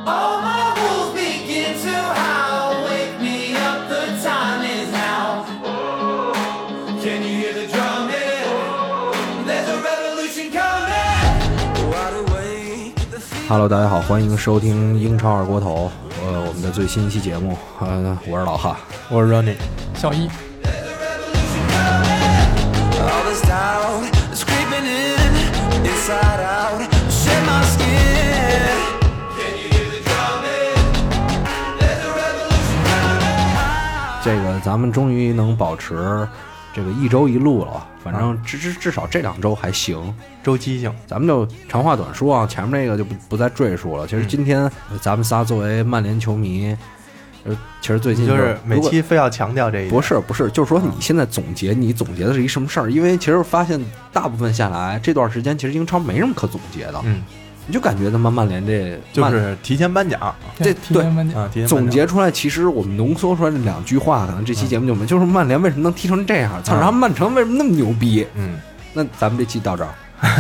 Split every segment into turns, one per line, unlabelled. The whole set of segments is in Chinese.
All my wolves begin to howl. Wake me up, the time is now. Can you hear the drum hit? There's a revolution coming. Wide awake.
Hello， 大家好，欢迎收听英超二锅头，我们的最新一期节目，我是老哈，
我是 Ronnie，
小一。
All this doubt is creeping in, inside out, shed my skin. Can you hear the drum hit? There's a revolution coming.
这个咱们终于能保持这个一周一录了，反正至少这2周还行，
周期性。
咱们就长话短说啊，前面那个就不再赘述了。其实今天咱们仨作为曼联球迷，其实最近
就是每期非要强调这一点。
不是，就是说你现在总结的是一什么事儿？因为其实发现大部分下来这段时间，其实英超没什么可总结的。你就感觉他妈曼联这
就是提前颁奖，
对
提前颁奖
总结出来，其实我们浓缩出来这2句话，可能这期节目就没，就是曼联为什么能踢成这样，然后曼城为什么那么牛逼？那咱们这期到这儿，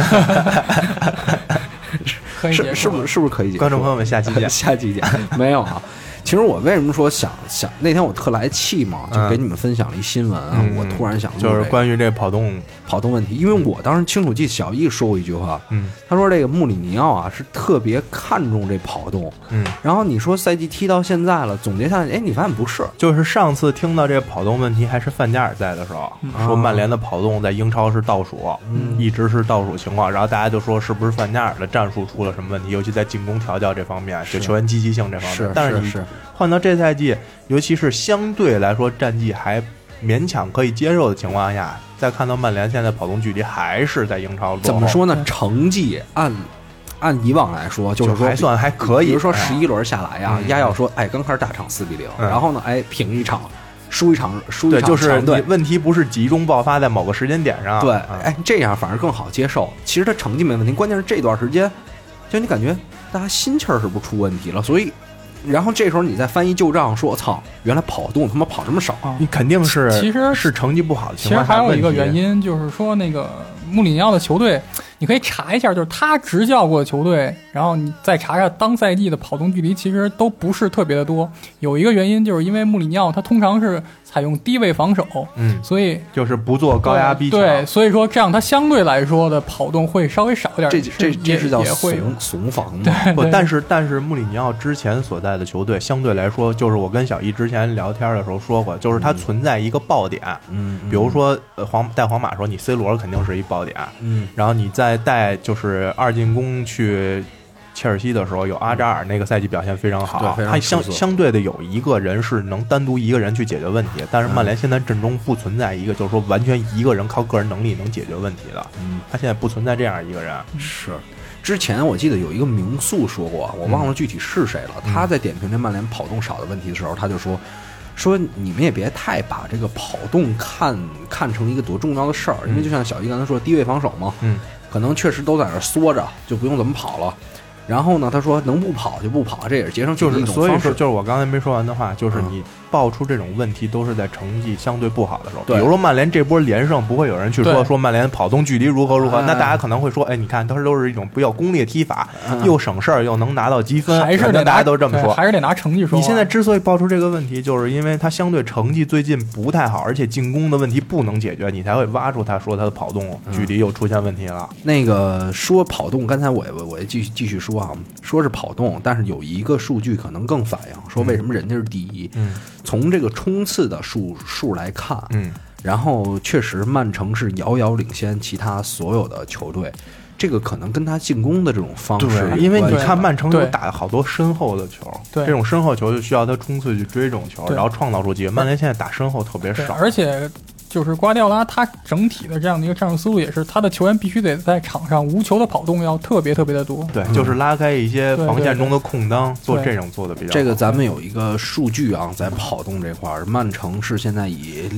是不是可以结束？
观众朋友们，下期见。
下期见。没有啊。其实我为什么说想那天我特来气嘛，就给你们分享了一新闻啊，我突然想
就是关于这跑动
问题，因为我当时清楚记小易说过一句话，他说这个穆里尼奥啊是特别看重这跑动，然后你说赛季踢到现在了，总结下来，你发现不是，
就是上次听到这跑动问题还是范加尔在的时候，说曼联的跑动在英超是倒数，一直是倒数情况，然后大家就说是不是范加尔的战术出了什么问题，尤其在进攻调教这方面，就球员积极性这方面，但是你换到这赛季，尤其是相对来说战绩还勉强可以接受的情况下，再看到曼联现在跑动距离还是在英超落后，
怎么说呢？成绩按以往来说，就是说
还算还可以。
比如说11轮下来呀，亚要说，刚开始大场4-0，然后呢，平一场，输一场，
对，就是你问题不是集中爆发在某个时间点上，
对，这样反而更好接受。其实他成绩没问题，关键是这段时间，就你感觉大家心气儿是不是出问题了？所以。然后这时候你再翻一旧账，说我操，原来跑动他妈跑这么少，
你肯定是
其实
是成绩不好的情况
下。其实还有一个原因，就是说那个穆里尼奥的球队，你可以查一下，就是他执教过的球队，然后你再查查当赛季的跑动距离，其实都不是特别的多。有一个原因，就是因为穆里尼奥他通常是采用低位防守，所以
就是不做高压逼抢，
对，所以说这样他相对来说的跑动会稍微少一点。
这是叫怂防嘛？
对，
但是穆里尼奥之前所在的球队相对来说，就是我跟小易之前聊天的时候说过，就是它存在一个爆点，比如说带皇马说你 C 罗肯定是一爆点，然后你再带就是2进攻去切尔西的时候，有阿扎尔那个赛季表现非常好，他相对的有一个人是能单独一个人去解决问题，但是曼联现在阵中不存在一个就是说完全一个人靠个人能力能解决问题的，他现在不存在这样一个人。
是，之前我记得有一个名宿说过，我忘了具体是谁了，他在点评这曼联跑动少的问题的时候，他就说你们也别太把这个跑动看成一个多重要的事儿，因为就像小一刚才说，低位防守嘛，可能确实都在那缩着，就不用怎么跑了。然后呢，他说能不跑就不跑，这也是节省体力的一种方式。
所以说，就是我刚才没说完的话，就是你爆出这种问题都是在成绩相对不好的时候。比如说曼联这波连胜，不会有人去说曼联跑动距离如何，那大家可能会说，你看，它都是一种比较功利的踢法，又省事儿又能拿到积分，
还是
大家都这么说，
还是得拿成绩说。
你现在之所以爆出这个问题，就是因为它相对成绩最近不太好，而且进攻的问题不能解决，你才会挖出他说他的跑动距离又出现问题了。
那个说跑动，刚才我也继续说啊，说是跑动，但是有一个数据可能更反映说为什么人家是第一。从这个冲刺的数来看，然后确实曼城是遥遥领先其他所有的球队。这个可能跟他进攻的这种方式，
因为你看曼城有打好多身后的球，这种身后球就需要他冲刺去追这种球，然后创造出机会。曼联现在打身后特别少，
而且就是瓜迪奥拉他整体的这样的一个战术思路也是，他的球员必须得在场上无球的跑动要特别的多。
对，就是拉开一些防线中的空当，做这种做的比较好。
这个咱们有一个数据啊，在跑动这块，曼城是现在以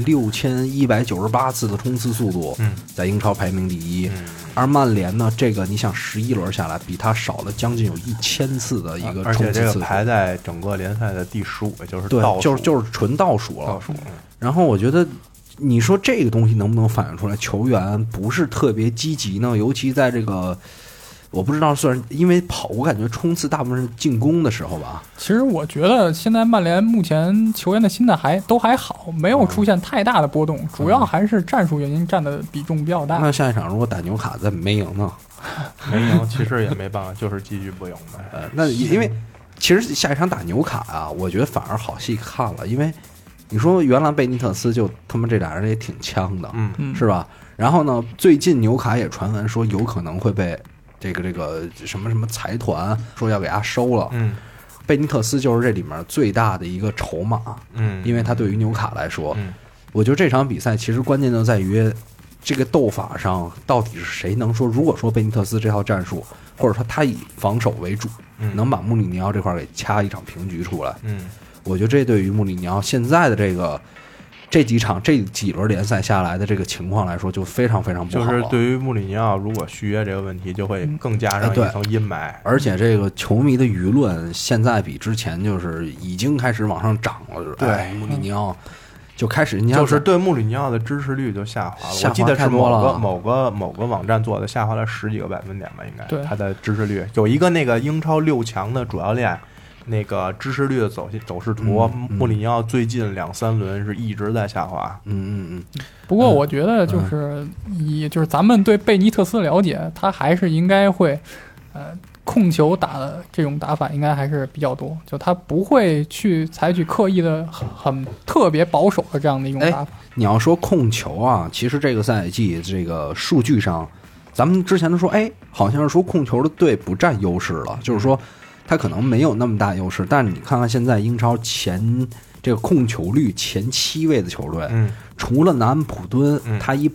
6198次的冲刺速度，在英超排名第一。而曼联呢，这个你想11轮下来，比他少了将近有1000次的一个冲刺次数，
而且这个排在整个联赛的第15，就是倒数，
就是纯倒数了。然后我觉得。你说这个东西能不能反映出来球员不是特别积极呢？尤其在这个我不知道算是因为我感觉冲刺大部分是进攻的时候吧。
其实我觉得现在曼联目前球员的心态都还好，没有出现太大的波动，主要还是战术原因占的比重比较大。
那下一场如果打纽卡再没赢呢？
没赢其实也没办法，就是继续不赢呗。
那因为其实下一场打纽卡啊，我觉得反而好戏看了，因为你说原来贝尼特斯就他妈这俩人也挺呛的，是吧？然后呢，最近纽卡也传闻说有可能会被这个什么财团说要给他收了，贝尼特斯就是这里面最大的一个筹码，因为他对于纽卡来说，我觉得这场比赛其实关键就在于这个斗法上到底是谁能说，如果说贝尼特斯这套战术，或者说他以防守为主，能把穆里尼奥这块给掐一场平局出来，我觉得这对于穆里尼奥现在的这几轮联赛下来的这个情况来说，就非常非常不好了。
就是对于穆里尼奥，如果续约这个问题，就会更加上一层阴霾。
而且这个球迷的舆论现在比之前就是已经开始往上涨了。对，穆里尼奥就开始，
就是对穆里尼奥的支持率就下滑了。我记得是某个网站做的，下滑了10几个百分点吧，应该。
对，
他的支持率有一个那个英超6强的主教练。那个支持率的走势图，穆里尼奥最近2-3轮是一直在下滑。
不过我觉得就是就是咱们对贝尼特斯的了解，他还是应该会控球打的这种打法应该还是比较多，就他不会去采取刻意的很特别保守的这样的一种打法。
你要说控球啊，其实这个赛季这个数据上，咱们之前都说，好像是说控球的队不占优势了，就是说。他可能没有那么大优势，但是你看看现在英超这个控球率前7位的球队，除了南安普敦，他以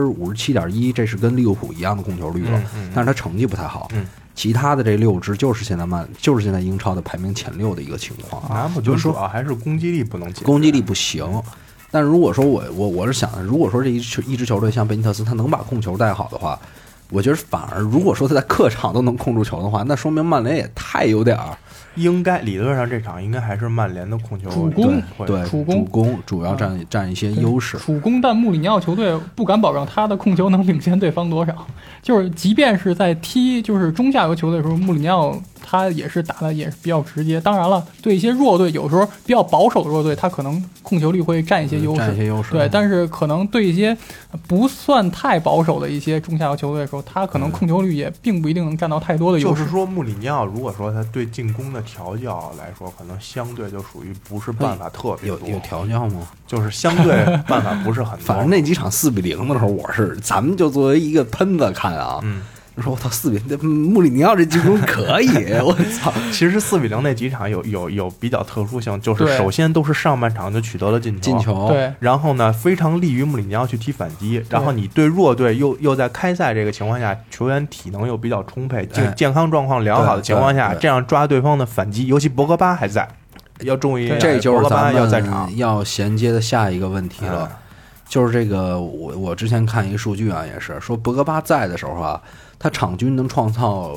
57.1%，这是跟利物浦一样的控球率了，但是他成绩不太好。其他的这6支就是现在英超的排名前6的一个情况。
南安普敦主要还是攻击力不能解决，
攻击力不行。但如果说我是想的，如果说这一支球队像贝尼特斯，他能把控球带好的话。我觉得反而，如果说他在客场都能控住球的话，那说明曼联也太有点儿。
应该理论上这场应该还是曼联的控球
主攻，
对主攻主要占一些优势。
主攻，但穆里尼奥球队不敢保证他的控球能领先对方多少。就是即便是在踢就是中下游球队的时候，穆里尼奥他也是打的也是比较直接。当然了，对一些弱队，有时候比较保守的弱队，他可能控球率会占一些优势。对，但是可能对一些不算太保守的一些中下游球队的时候，他可能控球率也并不一定能占到太多的优势。
就是说，穆里尼奥如果说他对进攻的调教来说，可能相对就属于不是办法特别多。
有调教吗？
就是相对办法不是很多。
反正那几场4-0的时候，咱们就作为一个喷子看啊。说我操，4-0，穆里尼奥这进攻可以，我操！
其实4-0那几场有比较特殊性，就是首先都是上半场就取得了进球，
对，
然后呢非常利于穆里尼奥去踢反击，然后你对弱队又在开赛这个情况下，球员体能又比较充沛，健康状况良好的情况下，这样抓对方的反击，尤其博格巴还在，要注意，
这就是咱
要在场
们要衔接的下一个问题了，就是这个我之前看一个数据啊，也是说博格巴在的时候啊。他场均能创造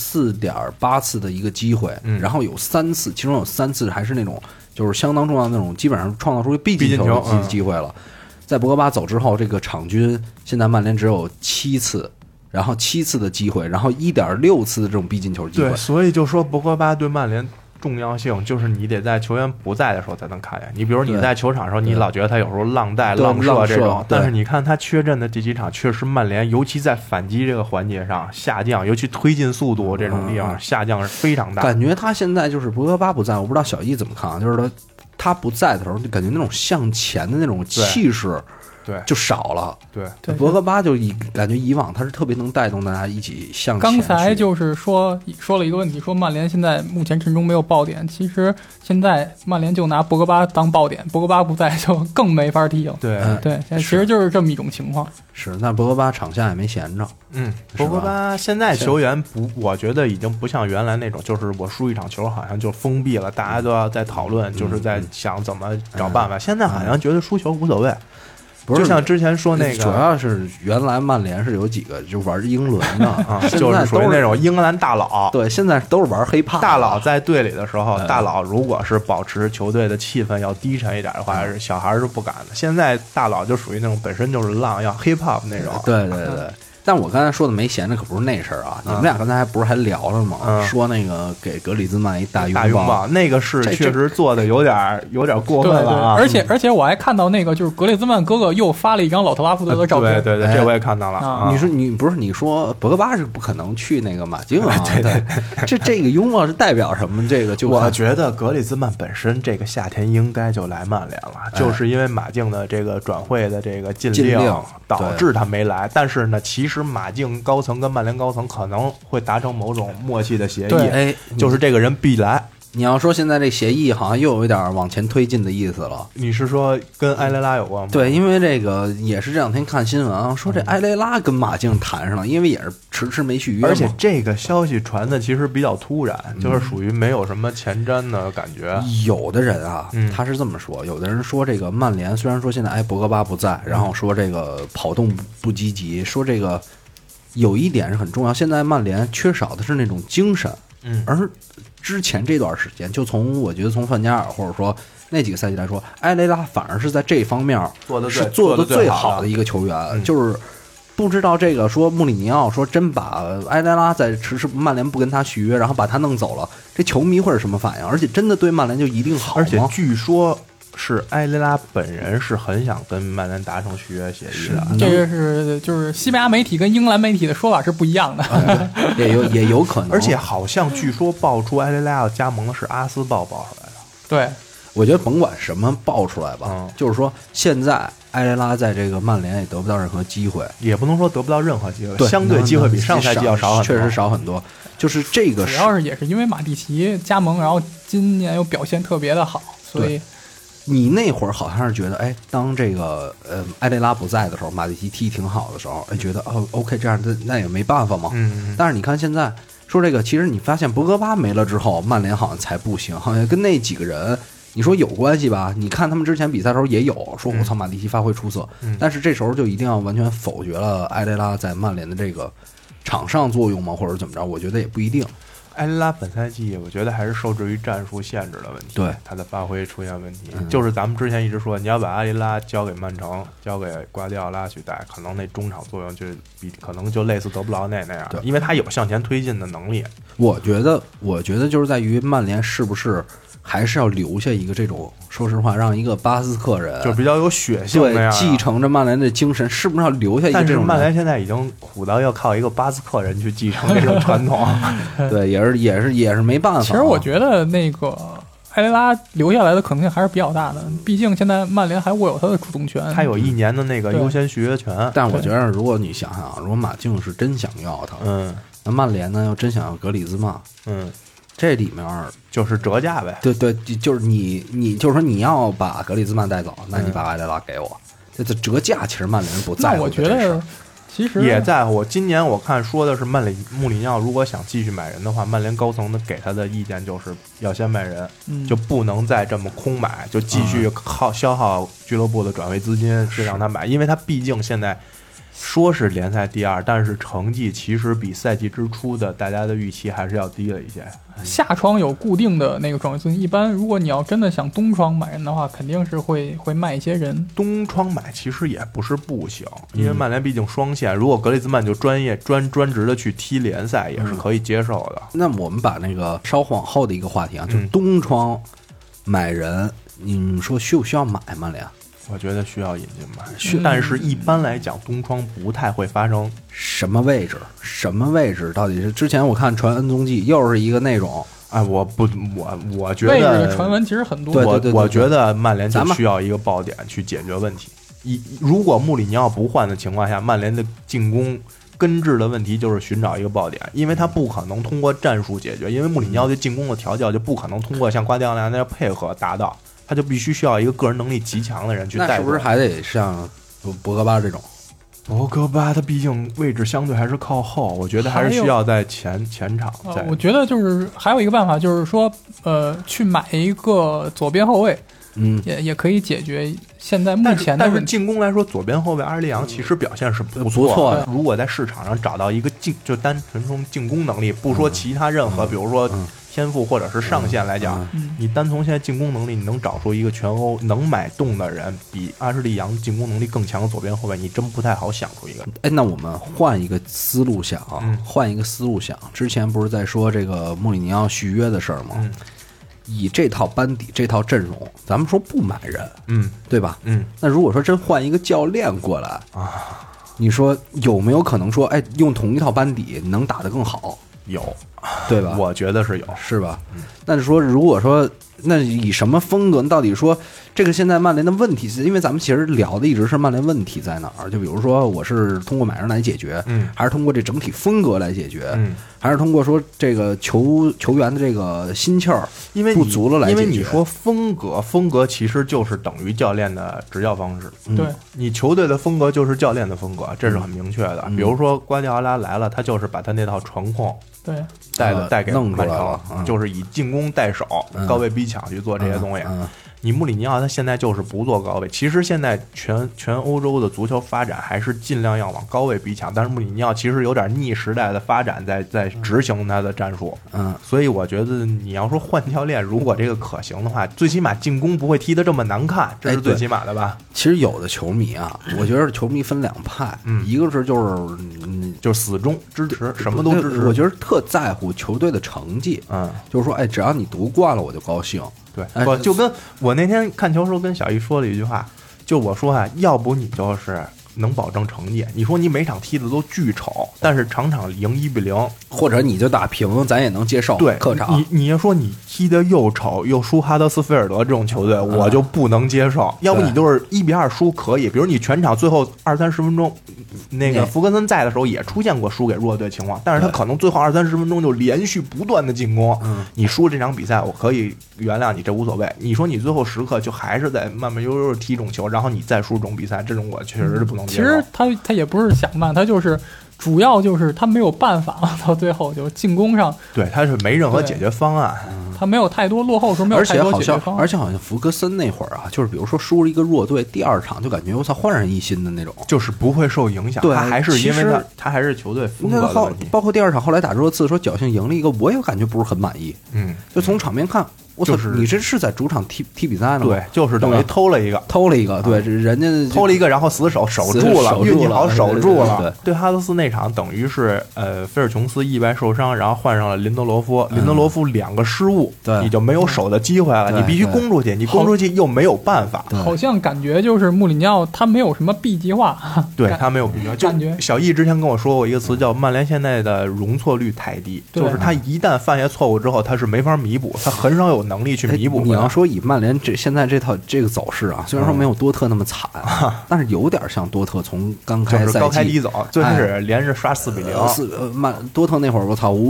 14.8次的一个机会，然后有3次，其中有3次还是那种就是相当重要的那种，基本上创造出必进球的机会了。在博格巴走之后，这个场均现在曼联只有7次，然后7次的机会，然后1.6次的这种必进球机会。
对，所以就说博格巴对曼联重要性就是你得在球员不在的时候才能看见。你比如你在球场的时候，你老觉得他有时候浪带、浪射这种，但是你看他缺阵的这几场，确实曼联尤其在反击这个环节上下降，尤其推进速度这种地方下降是非常大。
感觉他现在就是博格巴不在，我不知道小易怎么看啊？就是他不在的时候，就感觉那种向前的那种气势。
对，
就少了。
对，
博格巴就感觉以往他是特别能带动大家一起向前。
刚才就是说了一个问题，说曼联现在目前阵中没有爆点，其实现在曼联就拿博格巴当爆点，博格巴不在就更没法踢了。对，其实就是这么一种情况。
是，那博格巴场下也没闲着。
博格巴现在球员我觉得已经不像原来那种，就是我输一场球好像就封闭了，大家都要在讨论，就是在想怎么找办法。现在好像觉得输球无所谓。就像之前说那个，
主要是原来曼联是有几个就玩英伦的啊，
就是属于那种英格兰大佬。
对，现在都是玩黑怕。
大佬在队里的时候，大佬如果是保持球队的气氛要低沉一点的话，小孩是不敢的。现在大佬就属于那种本身就是浪，要 hip hop 那种。
对， 但我刚才说的没闲着可不是那事儿啊，你们俩刚才还不是还聊了吗？说那个给格里兹曼一大拥抱，
那个是确实做的有点过分了啊！
而且我还看到那个就是格里兹曼哥哥又发了一张老特拉福德的照片，
对，这我也看到了。
你说博格巴是不可能去那个马竞啊？对，这个拥抱是代表什么？这个
我觉得格里兹曼本身这个夏天应该就来曼联了，就是因为马竞的这个转会的这个禁令导致他没来。但是呢，其实马竞高层跟曼联高层可能会达成某种默契的协议，就是这个人必来。
你要说现在这协议好像又有一点往前推进的意思了。
你是说跟埃雷拉有关吗？
对，因为这个也是这两天看新闻啊，说这埃雷拉跟马竞谈上了，因为也是迟没续约嘛。
而且这个消息传的其实比较突然，就是属于没有什么前瞻的感觉。
有的人啊，他是这么说，有的人说这个曼联虽然说现在博格巴不在，然后说这个跑动不积极，说这个有一点是很重要，现在曼联缺少的是那种精神。而之前这段时间，就我觉得从范加尔或者说那几个赛季来说，埃雷拉反而是在这方面做的最好的一个球员，就是不知道这个说穆里尼奥说真把埃雷拉在迟曼联不跟他续约，然后把他弄走了，这球迷会是什么反应？而且真的对曼联就一定好吗？
而且据说是埃雷拉本人是很想跟曼联达成续约协议的，
这个就是西班牙媒体跟英格兰媒体的说法是不一样的，
也有可能。
而且好像据说爆出埃雷拉要加盟的是阿斯报爆出来的。
对，
我觉得甭管什么爆出来吧，就是说现在埃雷拉在这个曼联也得不到任何机会，
也不能说得不到任何机会，相对机会比上赛季要少很多，
确实少很多。就是这个
主要是也是因为马蒂奇加盟，然后今年又表现特别的好，所以。
你那会儿好像是觉得，当这个埃雷拉不在的时候，马蒂奇踢挺好的时候，觉得OK， 这样那也没办法嘛。但是你看现在说这个，其实你发现博格巴没了之后，曼联好像才不行，好像跟那几个人你说有关系吧？你看他们之前比赛的时候也有说，我操，马蒂奇发挥出色，但是这时候就一定要完全否决了埃雷拉在曼联的这个场上作用吗？或者怎么着？我觉得也不一定。
埃雷拉本赛季我觉得还是受制于战术限制的问题，
对
他的发挥出现问题，就是咱们之前一直说，你要把埃雷拉交给曼城，交给瓜迪奥拉去带，可能那中场作用就可能就类似德布劳内那样，因为他有向前推进的能力。我觉得就是在于曼联是不是还是要留下一个这种，说实话，让一个巴斯克人就比较有血性那样，
继承着曼联的精神，是不是要留下一个这种人？
但是曼联现在已经苦到要靠一个巴斯克人去继承这种传统，
对，也是没办法。
其实我觉得那个埃雷拉留下来的可能性还是比较大的，毕竟现在曼联还握有他的主动权，
他有1年的那个优先续约权。
但我觉得，如果你想想，如果马竞是真想要他，那曼联呢要真想要格里兹曼，这里面
就是折价呗。
对，就是你就是说你要把格里兹曼带走，那你把埃雷拉给我，这折价其实曼联不在乎。
那我觉得其实
也在乎。今年我看说的是穆里尼奥如果想继续买人的话，曼联高层的给他的意见就是要先卖人，就不能再这么空买，就继续消耗俱乐部的转会资金去让他买，因为他毕竟现在说是联赛第2，但是成绩其实比赛季之初的大家的预期还是要低了一些。
夏窗有固定的那个转会资金，一般如果你要真的想冬窗买人的话，肯定是会卖一些人。
冬窗买其实也不是不行，因为曼联毕竟双线，如果格里兹曼就专职的去踢联赛，也是可以接受的。
那我们把那个稍往后的一个话题啊，就冬窗买人，你们说需不需要买曼联？
我觉得需要引进吧，但是一般来讲，冬窗不太会发生。
什么位置？到底是之前我看传恩踪记又是一个那种，
我觉得
位置的传闻其实很多。
对，
我觉得曼联就需要一个爆点去解决问题。如果穆里尼奥不换的情况下，曼联的进攻根治的问题就是寻找一个爆点，因为他不可能通过战术解决，因为穆里尼奥对进攻的调教就不可能通过像瓜迪奥拉那样配合达到。他就必须需要一个个人能力极强的人去带。
那是不是还得像博格巴这种？
博格巴他毕竟位置相对还是靠后，我觉得还是需要在前场。
我觉得就是还有一个办法，就是说去买一个左边后卫，也可以解决现在目前的问题。
但是进攻来说，左边后卫阿尔利昂其实表现是不错的。如果在市场上找到一个就单纯从进攻能力，不说其他任何，比如说天赋或者是上限来讲，你单从现在进攻能力，你能找出一个全欧能买动的人比阿什利杨进攻能力更强的左边后卫，你真不太好想出一个。
哎，那我们换一个思路想啊，换一个思路想，之前不是在说这个穆里尼奥续约的事儿吗？以这套班底、这套阵容，咱们说不买人，对吧？那如果说真换一个教练过来啊，你说有没有可能说，哎，用同一套班底能打得更好？
有，
对吧？
我觉得是有，
是吧？那就说，如果说那以什么风格？到底说这个现在曼联的问题是，因为咱们其实聊的一直是曼联问题在哪儿？就比如说，我是通过买人来解决，还是通过这整体风格来解决，还是通过说这个球员的这个心气儿
因为
不足了来解决？
因为你说风格其实就是等于教练的执教方式。
对，
你球队的风格就是教练的风格，这是很明确的。比如说瓜迪奥拉来了，他就是把他那套传控
对
带给曼
弄出来了
城，就是以进攻带手、高位逼抢去做这些东西。你穆里尼奥他现在就是不做高位，其实现在全欧洲的足球发展还是尽量要往高位逼抢，但是穆里尼奥其实有点逆时代的发展在执行他的战术。所以我觉得你要说换教练，如果这个可行的话，最起码进攻不会踢得这么难看，这是最起码的吧？
其实有的球迷啊，我觉得球迷分两派，一个是
就是死忠支持，什么都支持。
我觉得特在乎球队的成绩，就是说，哎，只要你夺冠了，我就高兴。
对，不就跟我那天看球时候跟小易说了一句话，就我说啊，要不你就是能保证成绩，你说你每场踢的都巨丑，但是场赢1-0，
或者你就打平，咱也能接受。
对，
客场
你要说你踢的又丑又输哈德斯菲尔德这种球队，我就不能接受。要不你就是1-2输可以，比如你全场最后20-30分钟，那个福格森在的时候也出现过输给弱队情况，但是他可能最后20-30分钟就连续不断的进攻，你输这场比赛我可以原谅你，这无所谓。你说你最后时刻就还是在慢慢悠悠的踢种球，然后你再输这种比赛，这种我确实是不能接受。
其实他也不是想慢，他就是主要就是他没有办法了，到最后就进攻上，
对，他是没任何解决方案，
他没有太多落后时候没有太多解决方案，
而且好像福格森那会儿啊，就是比如说输了一个弱队，第二场就感觉我操焕然一新的那种，
就是不会受影响。
对，
他还是因为他还是球队风格的问题。
包括第二场后来打热刺，说侥幸赢了一个，我也感觉不是很满意。就从场面看。我操！你这是在主场踢比赛呢吗？
对，就是等于偷了一个，
对，人家
偷了一个，然后守住了，运气好守住了。
对，
哈德斯那场等于是菲尔琼斯意外受伤，然后换上了林德罗夫2个失误，你就没有守的机会了，你必须攻出去，你攻出去又没有办法。
好像感觉就是穆里尼奥他没有什么 B 计划，
对他没有 B 计划。
感觉
小易之前跟我说过一个词叫曼联现在的容错率太低，就是他一旦犯下错误之后，他是没法弥补，他很少有能力去弥补。
你要说以曼联现在这个走势啊，虽然说没有多特那么惨，但是有点像多特从刚开赛季
就是高开低走，最开始连着刷4-0，
多特那会儿我操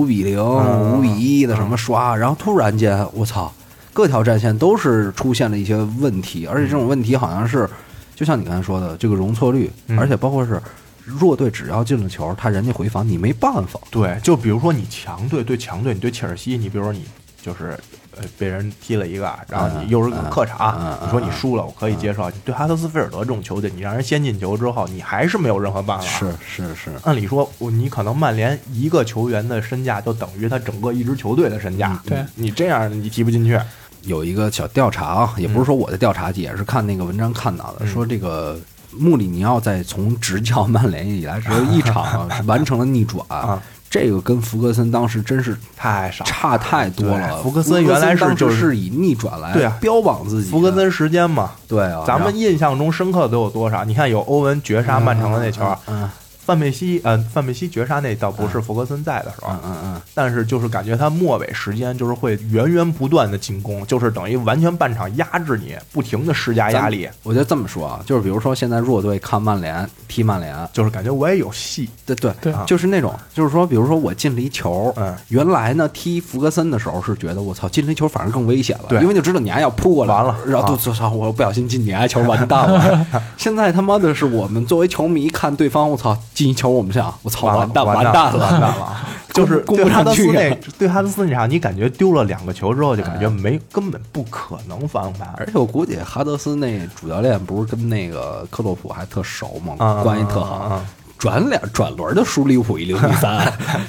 5-0、5-1的什么刷，然后突然间我操，各条战线都是出现了一些问题，而且这种问题好像是就像你刚才说的这个容错率，而且包括是弱队只要进了球，人家回防你没办法。
对，就比如说你强队对强队，你对切尔西，你比如说你就是被人踢了一个，然后你又是个客场，你说你输了我可以接受。你对哈德斯菲尔德这种球队，你让人先进球之后，你还是没有任何办法。
是。
按理说，你可能曼联一个球员的身价就等于他整个一支球队的身价。
对，
你这样你踢不进去。
有一个小调查啊，也不是说我的调查，也是看那个文章看到的，说这个穆里尼奥在从执教曼联以来，只有一场完成了逆转。这个跟福格森当时真是差太多了。
福格森原来
就是以逆转来标榜自己。
福格森时间嘛，
对啊，
咱们印象中深刻都有多少？你看有欧文绝杀曼城的那球，范佩西绝杀那倒不是福格森在的时候，但是就是感觉他末尾时间就是会源不断的进攻，就是等于完全半场压制你，不停的施加压力。
我觉得这么说啊，就是比如说现在弱队看曼联踢曼联，
就是感觉我也有戏。
对，就是那种，就是说，比如说我进了一球，原来呢踢福格森的时候是觉得我操进了一球反而更危险了，
对，
因为就知道你还要扑过来，
完了，
然后我不小心进你挨球完蛋了。现在他妈的是我们作为球迷看对方，我操进一球我们想我操完蛋了，
就是
攻不上去。
对哈德斯那场，你感觉丢了2个球之后，就感觉根本不可能翻盘。
而且我估计哈德斯那主教练不是跟那个克洛普还特熟吗？关系特好，转轮就输利物浦1-0-3。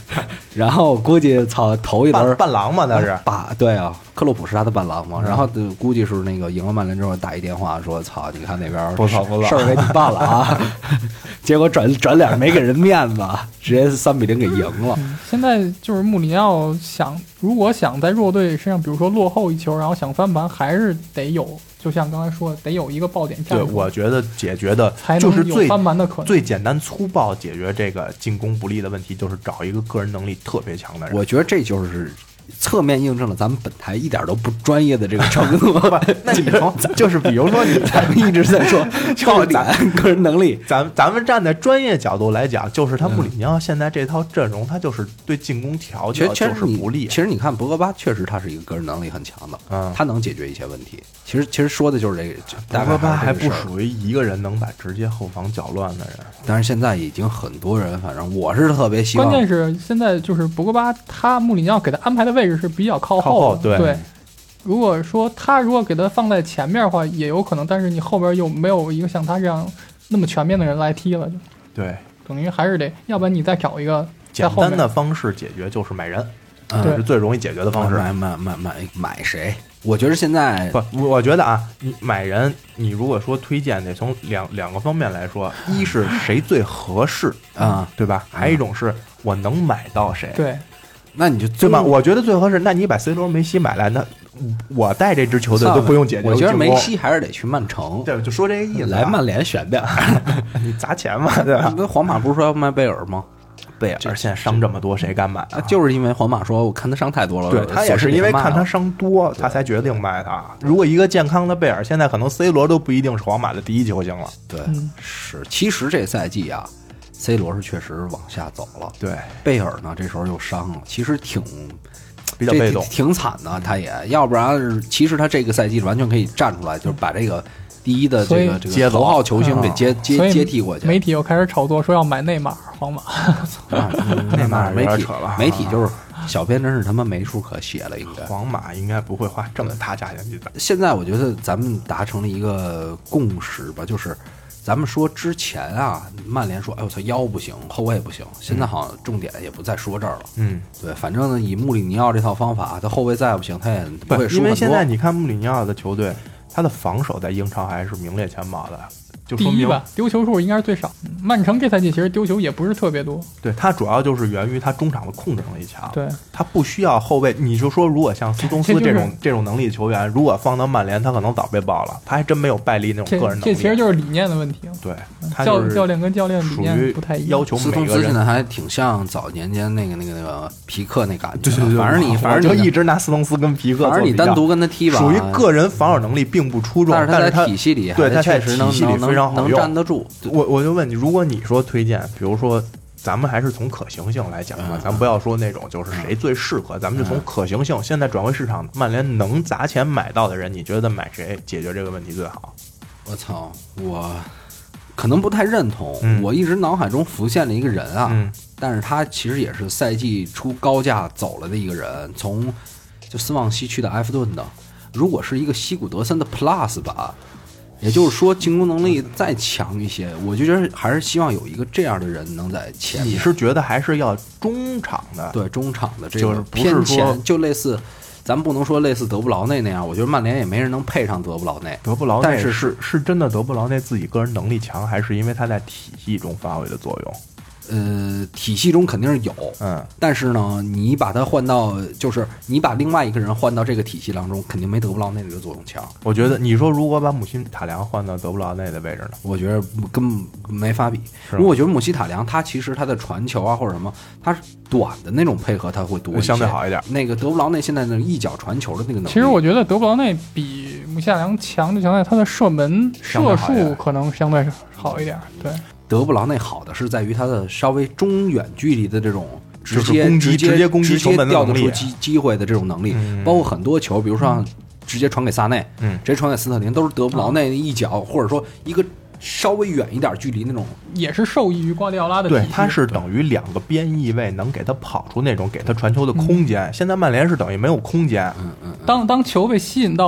然后估计操头一轮
伴郎嘛那是。
对啊，克洛普是他的伴郎嘛，然后估计是那个赢了曼联之后打一电话说操，你看那边
不错
事儿给你办了啊，结果转脸没给人面子，直接3-0给赢了。
现在就是穆里尼奥如果想在弱队身上，比如说落后一球，然后想翻盘，还是得有，就像刚才说的，得有一个爆点站
对，
住，
我觉得解决的
才
就是
能有翻盘的可能。
最简单粗暴解决这个进攻不利的问题，就是找一个个人能力特别强的人。
我觉得这就是侧面印证了咱们本台一点都不专业的这个程度。
那你从就是比如说
咱们一直在说靠咱个人能力，
咱们站在专业角度来讲，就是他穆里尼奥现在这套阵容，他就是对进攻调教就是不利。
其实你看博格巴确实他是一个个人能力很强的，他能解决一些问题。其实说的就是这个，
博格巴还不属于一个人能把直接后防搅乱的人。
但是现在已经很多人，反正我是特别希望。
关键是现在就是博格巴，穆里尼奥给他安排的位置是比较靠后的，对。如果说如果给他放在前面的话，也有可能，但是你后边又没有一个像他这样那么全面的人来踢了，就
对，
等于还是得，要不然你再找一个
简单的方式解决，就是买人，是最容易解决的方式。
买谁？我觉得现在
不，我觉得啊，你买人，你如果说推荐，得从两个方面来说，一是谁最合适啊，对吧？还有一种是我能买到谁。
对。
那你就
对吧？我觉得最合适。那你把 C 罗、梅西买来，那我带这支球队都不用解决。
我觉得梅西还是得去曼城。
对，就说这个意思。
来曼联选点，
你砸钱嘛，对吧？
那皇马不是说要卖贝尔吗？
贝尔现在伤这么多，谁敢买啊？
就是因为皇马说我看他伤太多了，
对他也是因为看他伤多，他才决定卖他。如果一个健康的贝尔，现在可能 C 罗都不一定是皇马的第一球星了。
对，是。其实这赛季啊。C 罗是确实往下走了，
对，
贝尔呢这时候又伤了，其实
比较被动，
挺惨的。他也要不然，其实他这个赛季完全可以站出来，就是把这个第一的这个头号球星给接替过去。
媒体又开始炒作说要买内马尔，皇马。
内马尔
媒体就是小编，真是他妈没处可写了。应该
皇马应该不会花这么大价钱去买。
现在我觉得咱们达成了一个共识吧，就是。咱们说之前啊，曼联说，哎我操，腰不行，后卫不行。现在好像重点也不再说这儿了。对，反正呢，以穆里尼奥这套方法，他后卫再不行，他也不会输很多。
因为现在你看穆里尼奥的球队，他的防守在英超还是名列前茅的。就说明
第一吧，丢球数应该是最少。曼城这赛季其实丢球也不是特别多。
对，他主要就是源于他中场的控制能力强。
对，
他不需要后卫。你就说，如果像斯通斯这种能力的球员，如果放到曼联，他可能早被爆了。他还真没有拜利那种个人能力。
这其实就是理念的问题。
对，
教练跟教练理念不太一样。
要求
斯通斯现在还挺像早年间那个皮克那感觉。
对，
反正
就一直拿斯通斯跟皮克。
反正你单独跟他踢吧，
属于个人防守能力并不出众，
但
是他
在体系里，
对他
确实
体系里非常好用，
能站得住。
我就问你，如果你说推荐，比如说咱们还是从可行性来讲嘛，咱不要说那种就是谁最适合，咱们就从可行性。现在转会市场，曼联能砸钱买到的人，你觉得买谁解决这个问题最好？
我操，我可能不太认同。我一直脑海中浮现了一个人啊，但是他其实也是赛季出高价走了的一个人，从就斯旺西去的埃弗顿的。如果是一个西古德森的 Plus 吧。也就是说，进攻能力再强一些，我就觉得还是希望有一个这样的人能在前面。
你是觉得还是要中场的？
对，中场的这
个
偏前，就类似，咱不能说类似德布劳内那样，我觉得曼联也没人能配上德布劳内。
德布劳内，
但
是真的德布劳内自己个人能力强，还是因为他在体系中发挥的作用？
体系中肯定是有，但是呢，你把他换到，就是你把另外一个人换到这个体系当中，肯定没德布劳内这个作用强。
我觉得你说如果把姆希塔良换到德布劳内的位置呢，
我觉得根本没法比。因为我觉得姆希塔良他其实他的传球啊或者什么，他是短的那种配合他会多一些，
相对好一点。
那个德布劳内现在那一脚传球的那个能力，
其实我觉得德布劳内比姆希塔良强就强在他的射术可能相对好一点。对。
德布劳内好的是在于他的稍微中远距离的这种直接
攻击球本的
调得出机会的这种能力，包括很多球，比如说直接传给萨内，直接传给斯特林，都是德布劳内一脚，或者说一个稍微远一点距离那种，
也是受益于瓜迪奥拉的体系。
对，他是等于两个边翼位能给他跑出那种给他传球的空间。现在曼联是等于没有空间。
当球被吸引到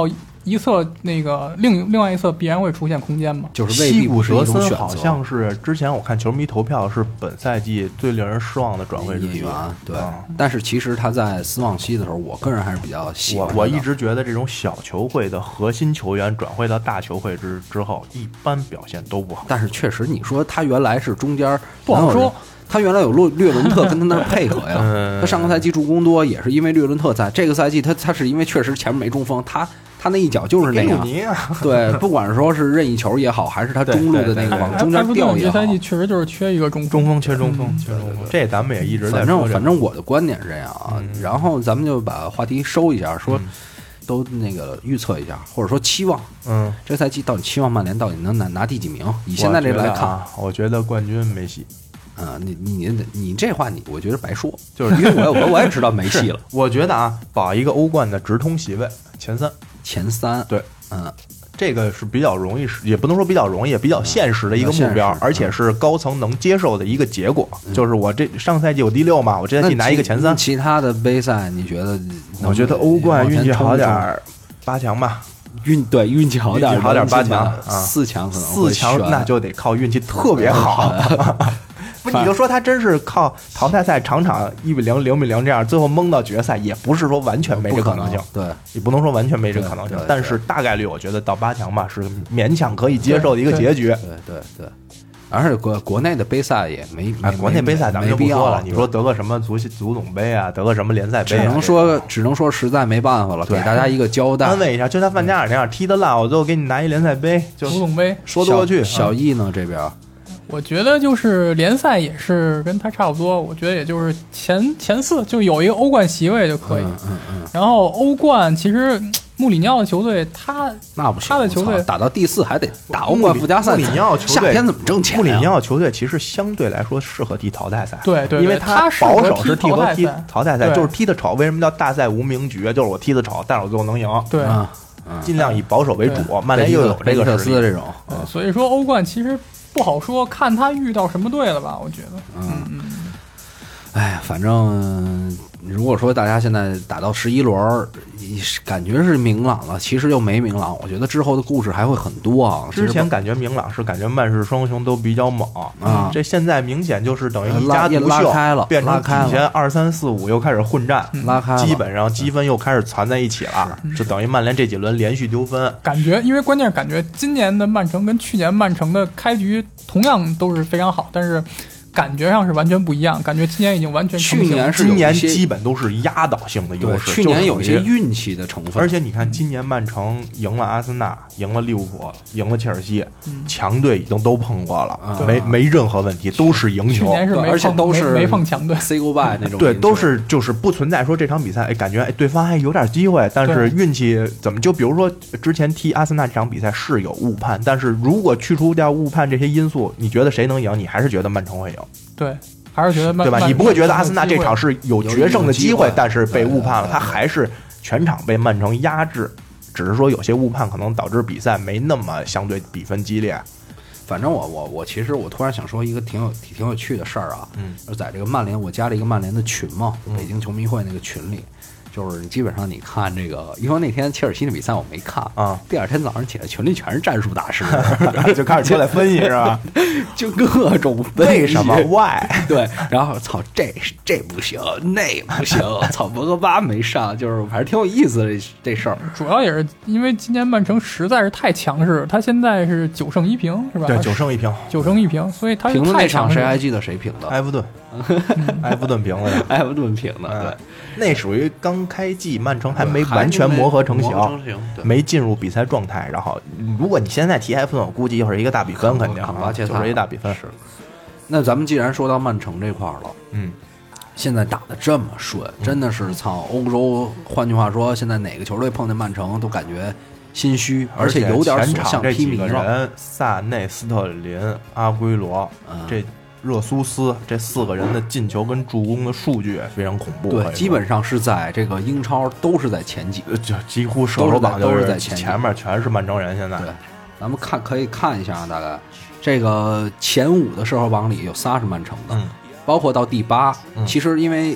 一侧那个另外一侧必然会出现空间嘛。
就是未必不是一种选择。
西古德森好像是之前我看球迷投票是本赛季最令人失望的转会之一。
对，但是其实他在斯旺西的时候，我个人还是比较喜欢的。
我一直觉得这种小球会的核心球员转会到大球会之后，一般表现都不好。
但是确实，你说他原来是中间
不好说。
他原来有略伦特跟他那儿配合呀，他上个赛季助攻多也是因为略伦特在，这个赛季他是因为确实前面没中锋，他那一脚就是那样。对，不管是说是任意球也好，还是他中路的那个往中间掉也好，
这赛季确实就是缺一个中
锋，缺中锋。这咱们也一直在说。
反正我的观点是这样啊。然后咱们就把话题收一下，说都那个预测一下，或者说期望。这赛季到底期望曼联到底能拿第几名？以现在这个来看，
我觉得冠军没戏。
你这话我觉得白说，就是因为我也知道没戏了。
我觉得啊，保一个欧冠的直通席位前三，对，这个是比较容易，也不能说比较容易，也比较现实的一个目标，而且是高层能接受的一个结果。就是我这上赛季我第6嘛，我这赛季拿一个前3。
其他的杯赛你觉得？
我觉得欧冠运气好点，8强吧。
运气好点
8强
，4强可能
4强那就得靠运气特别好。不，你就说他真是靠淘汰赛场1-0、0-0这样，最后蒙到决赛，也不是说完全没这可能性。
对，
你不能说完全没这可能性，但是大概率我觉得到8强吧，是勉强可以接受的一个结局。
对。而且国内的杯赛也没
国内杯赛咱们就不说了。你说得个什么足总杯啊，得个什么联赛杯，
只能说实在没办法了，给大家一个交代，
安慰一下。就像范加尔那样踢得烂，我最后给你拿一联赛杯，就
足总杯
说得过去。
小易呢这边？
我觉得就是联赛也是跟他差不多，我觉得也就是前4就有一个欧冠席位就可以。然后欧冠其实穆里尼奥的球队
那不行，
他的球队
打到第4还得打欧冠附加赛。
穆里尼奥球队
夏天怎么挣钱？
穆里尼奥球队其实相对来说适合踢淘汰赛，
对，
因为他保守是踢淘汰赛，
对
就是踢得丑。为什么叫大赛无名局？就是我踢得丑，但是我最后能赢。
对，
尽量以保守为主。曼联又有这个实力，
这种，
所以说欧冠其实不好说，看他遇到什么队了吧？我觉得，
哎呀，反正如果说大家现在打到11轮，感觉是明朗了，其实又没明朗。我觉得之后的故事还会很多啊。
之前感觉明朗是感觉曼市双雄都比较猛啊，这现在明显就是等于一家独秀，变成底下2、3、4、5又开始混战，
拉开了，
基本上积分又开始攒在一起了，就等于曼联这几轮连续丢分。
感觉，因为关键是感觉今年的曼城跟去年曼城的开局同样都是非常好，但是感觉上是完全不一样，感觉今年已经完全
去年
今年基本都是压倒性的优势，
去年有一些运气的成分。
而且你看，今年曼城赢了阿森纳，赢了利物浦，赢了切尔西，强队已经都碰过了，没任何问题，都是赢球。
去年是
而且都是
没碰强队
，say goodbye 那种。
对，都是就是不存在说这场比赛，感觉对方还有点机会，但是运气怎么就比如说之前踢阿森纳这场比赛是有误判，但是如果去除掉误判这些因素，你觉得谁能赢？你还是觉得曼城会赢。
对，还是觉得
对吧？你不会觉得阿森纳这场是有决胜的机会，但是被误判了，他还是全场被曼城压制，只是说有些误判可能导致比赛没那么相对比分激烈。
反正我其实我突然想说一个挺有趣的事儿啊，就在这个曼联，我加了一个曼联的群嘛，北京球迷会那个群里。就是基本上你看这个，因为那天切尔西的比赛我没看
啊，
第二天早上起来群里全是战术大师，
就开始出来分析是吧？
就各种
为什么 why
对，然后操这不行那不行，操博格巴没上，就是反正挺有意思的这事儿。
主要也是因为今年曼城实在是太强势，他现在是9胜1平是吧？
对，9胜1平
，9胜1平，所以他
评的那场谁还记得谁评的？
埃弗顿。埃弗顿评的，
埃弗顿评的，对，
那属于刚开季，曼城还没完全磨合成型，没进入比赛状态。然后，如果你现在提埃弗顿，我估计又是一个大比分，肯定就是一大比分。
是。那咱们既然说到曼城这块了，现在打得这么顺，真的是操！欧洲，换句话说，现在哪个球队碰见曼城都感觉心虚，而且有点所向披靡了。
萨内、斯特林、阿圭罗，这。热苏斯这4个人的进球跟助攻的数据非常恐怖，
对，基本上是在这个英超都是在前几，
就几乎射手榜
都是在前
面全是曼城人。现在
对，咱们可以看一下啊，大概这个前5的射手榜里有仨是曼城的，包括到第8，其实因为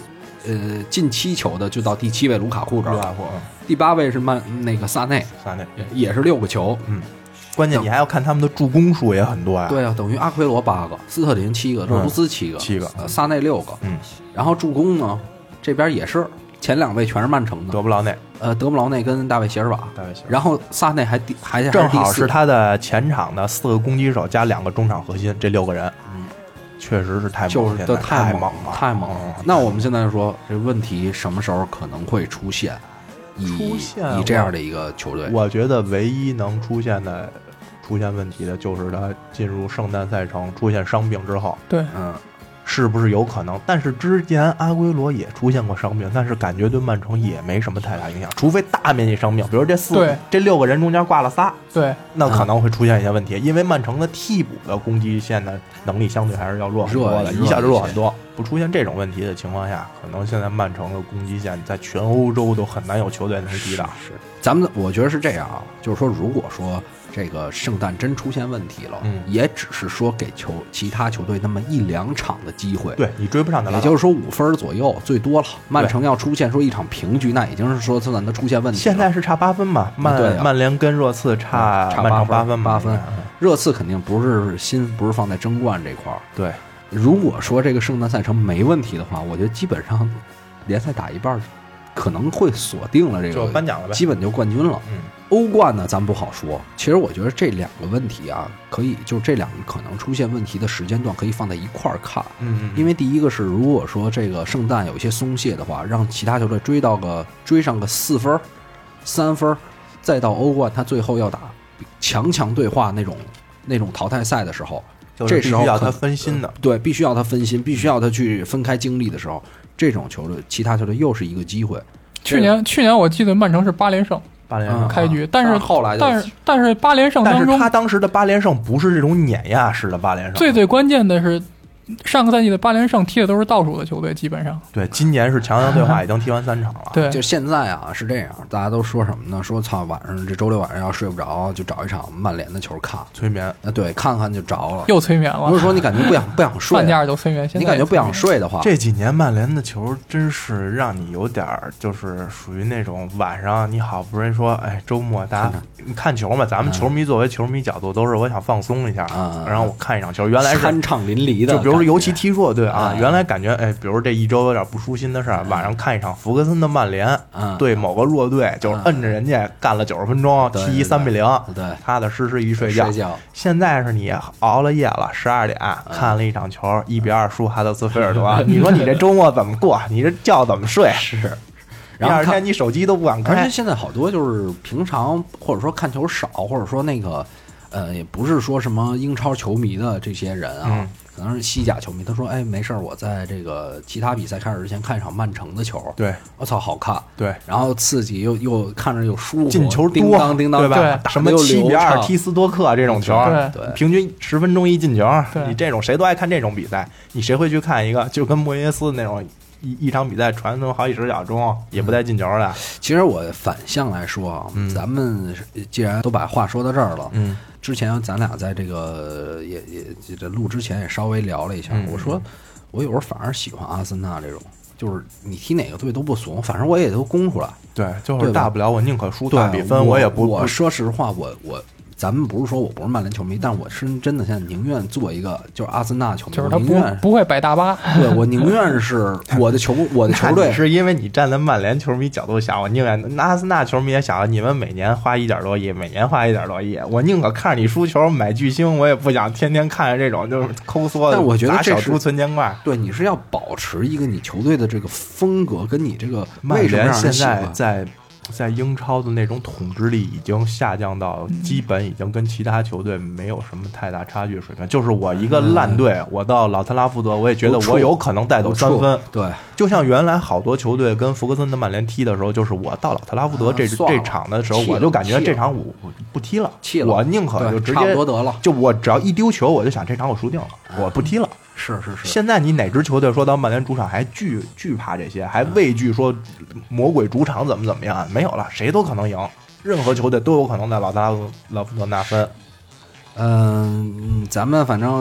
进7球的就到第7位卢卡库这儿，
卢卡库
第8位是那个萨内也是6个球，
关键你还要看他们的助攻数也很多呀。
对啊，等于阿奎罗8个，斯特林7个，热苏斯7个，萨内6个，然后助攻呢这边也是前2位全是曼城的，
德布劳内，
德布劳内跟大卫席尔瓦，然后萨内还
正好是他的前场的4个攻击手加2个中场核心，这6个人，确实是太猛了，太猛了，
太猛了。那我们现在说这问题什么时候可能会出现？以这样的一个球队，
我觉得唯一能出现问题的就是他进入圣诞赛程出现伤病之后，
对，
是不是有可能？但是之前阿圭罗也出现过伤病，但是感觉对曼城也没什么太大影响，除非大面积伤病，比如这6个人中间挂了仨，
对，
那可能会出现一些问题，因为曼城的替补的攻击线的能力相对还是要弱很多的，一下就弱很多。不出现这种问题的情况下，可能现在曼城的攻击线在全欧洲都很难有球队能抵挡。
是，我觉得是这样啊，就是说，如果说这个圣诞真出现问题了，也只是说给其他球队那么1-2场的机会，
对你追不上的，
也就是说5分左右最多了。曼城要出现说一场平局，那已经是说他能出现问题了。
现在是差8分嘛，曼联跟热刺差曼城8分，
热刺肯定不是放在争冠这块儿。
对，
如果说这个圣诞赛程没问题的话，我觉得基本上联赛打一半可能会锁定了这个，
就颁奖了呗，
基本就冠军了。欧冠呢，咱不好说。其实我觉得这2个问题啊，可以就这2个可能出现问题的时间段可以放在一块儿看。因为第一个是，如果说这个圣诞有一些松懈的话，让其他球队追上个4分、3分，再到欧冠，他最后要打强对话那种淘汰赛的时候，这时候
要他分心的，
对，必须要他分心，必须要他去分开精力的时候，这种球队，其他球队又是一个机会。
去年我记得曼城是8连胜开局，但是
后来
但是8连胜当中，
但是他当时的8连胜不是这种碾压式的8连胜，
最关键的是。上个赛季的8连胜踢的都是倒数的球队，基本上。
对，今年是强对话已经踢完3场了。
对，
就现在啊是这样，大家都说什么呢？说操，晚上这周6晚上要睡不着，就找一场曼联的球看，
催眠。
对，看看就着了，
又催眠了。
不是说你感觉不想睡，
半价都催眠，
你感觉不想睡的话，
这几年曼联的球真是让你有点就是属于那种晚上你好不容易说，哎，周末大家你看球嘛，咱们球迷作为球迷角度都是我想放松一下，然后我看一场球，原来是酣
畅淋漓的，
就比如说尤其踢说。对啊，原来感觉哎，比如这一周有点不舒心的事儿，晚上看一场福格森的曼联，对某个弱队，就是摁着人家干了90分钟，踢3-0，
对，
踏踏实实一睡觉。现在是你熬了夜了，12点看了一场球，1-2输哈德斯菲尔德，你说你这周末怎么过？你这觉怎么睡？
是。
第二天你手机都不敢开。
而且现在好多就是平常或者说看球少，或者说那个也不是说什么英超球迷的这些人啊。可能是西甲球迷，他说：“哎，没事儿，我在这个其他比赛开始之前看一场曼城的球。
对，
我操，好看。
对，
然后刺激又看着又舒服，
进球多，
叮当叮当，
对吧？什么7-2踢斯多克这种球，
对，
平均10分钟一进球，你这种谁都爱看这种比赛，你谁会去看一个就跟莫耶斯那种一场比赛传送好几十秒钟也不带进球的？
其实我反向来说啊，咱们既然都把话说到这儿了，之前咱俩在这个也这录之前也稍微聊了一下，我说我有时候反而喜欢阿森纳这种，就是你踢哪个队都不怂，反正我也都攻出来。
对，就是大不了我宁可输大比分，我也不。
我说实话，咱们不是说我不是曼联球迷，但我是真的现在宁愿做一个就是阿森纳球迷，
就是他不会摆大巴。
对，我宁愿是我的球队，
是因为你站在曼联球迷角度想，我宁愿阿森纳球迷也想，你们每年花1点多亿，每年花1点多亿，我宁可看着你输球买巨星，我也不想天天看着这种就是抠缩的。
但我觉得
小猪存钱罐。
对，你是要保持一个你球队的这个风格，跟你这个
曼联现在在英超的那种统治力已经下降到基本已经跟其他球队没有什么太大差距水平。就是我一个烂队，我到老特拉福德，我也觉得我有可能带走3分。
对，
就像原来好多球队跟福格森的曼联踢的时候，就是我到老特拉福德这场的时候，我就感觉这场我不踢了，我宁可就直接
差不多得了。
就我只要一丢球，我就想这场我输定了，我不踢了。
是。
现在你哪支球队说到曼联主场还惧怕这些，还畏惧说魔鬼主场怎么样？没有了，谁都可能赢，任何球队都有可能在老福德拿分。
咱们反正